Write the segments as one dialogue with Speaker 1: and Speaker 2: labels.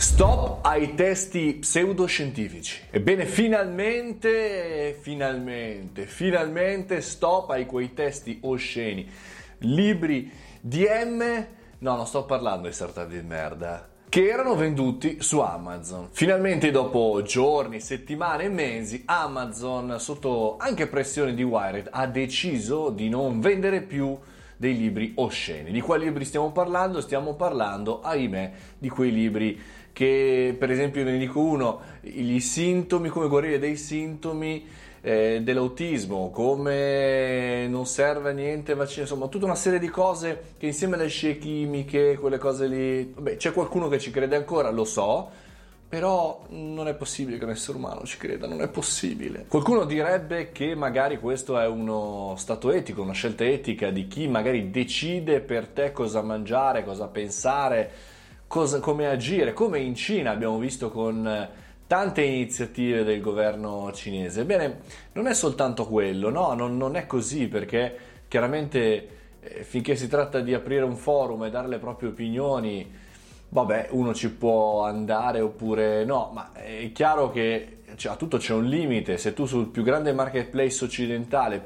Speaker 1: Stop ai testi pseudoscientifici. Ebbene, finalmente stop ai quei testi osceni. Libri DM, no, non sto parlando di startup di merda, che erano venduti su Amazon. Finalmente, dopo giorni, settimane e mesi, Amazon, sotto anche pressione di Wired, ha deciso di non vendere più dei libri osceni. Di quali libri stiamo parlando? Stiamo parlando, ahimè, di quei libri che, per esempio, ne dico uno, i sintomi, come guarire dei sintomi dell'autismo, come non serve a niente vaccino, insomma tutta una serie di cose che insieme alle scie chimiche, quelle cose lì, vabbè, c'è qualcuno che ci crede ancora, lo so, però non è possibile che un essere umano ci creda, non è possibile. Qualcuno direbbe che magari questo è uno stato etico, una scelta etica di chi magari decide per te cosa mangiare, cosa pensare, come agire, come in Cina abbiamo visto con tante iniziative del governo cinese. Ebbene, non è soltanto quello, no, non è così, perché chiaramente finché si tratta di aprire un forum e dare le proprie opinioni, vabbè, uno ci può andare oppure no, ma è chiaro che a tutto c'è un limite. Se tu sul più grande marketplace occidentale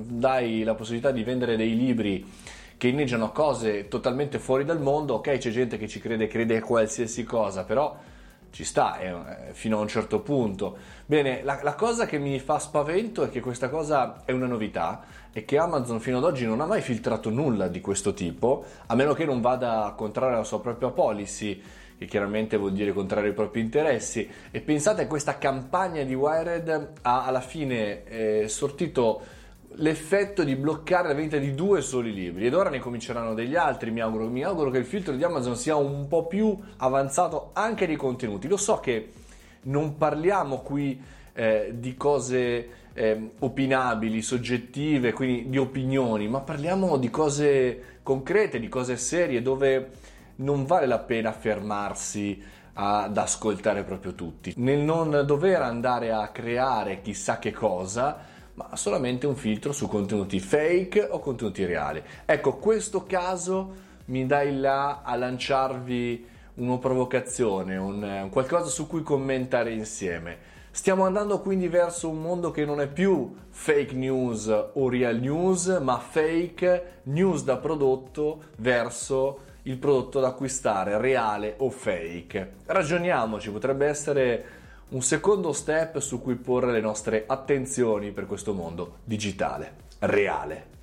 Speaker 1: dai la possibilità di vendere dei libri che inneggiano cose totalmente fuori dal mondo, ok, c'è gente che ci crede a qualsiasi cosa, però ci sta fino a un certo punto. Bene, la cosa che mi fa spavento è che questa cosa è una novità e che Amazon fino ad oggi non ha mai filtrato nulla di questo tipo, a meno che non vada contrario alla sua propria policy, che chiaramente vuol dire contrario ai propri interessi. E pensate, questa campagna di Wired ha alla fine sortito l'effetto di bloccare la vendita di 2 soli libri, ed ora ne cominceranno degli altri. Mi auguro che il filtro di Amazon sia un po' più avanzato anche nei contenuti. Lo so che non parliamo qui di cose opinabili, soggettive, quindi di opinioni, ma parliamo di cose concrete, di cose serie, dove non vale la pena fermarsi ad ascoltare proprio tutti, nel non dover andare a creare chissà che cosa, ma solamente un filtro su contenuti fake o contenuti reali. Ecco, questo caso mi dà il là a lanciarvi una provocazione, un qualcosa su cui commentare insieme. Stiamo andando quindi verso un mondo che non è più fake news o real news, ma fake news da prodotto verso il prodotto da acquistare, reale o fake. Ragioniamoci, potrebbe essere un secondo step su cui porre le nostre attenzioni per questo mondo digitale, reale.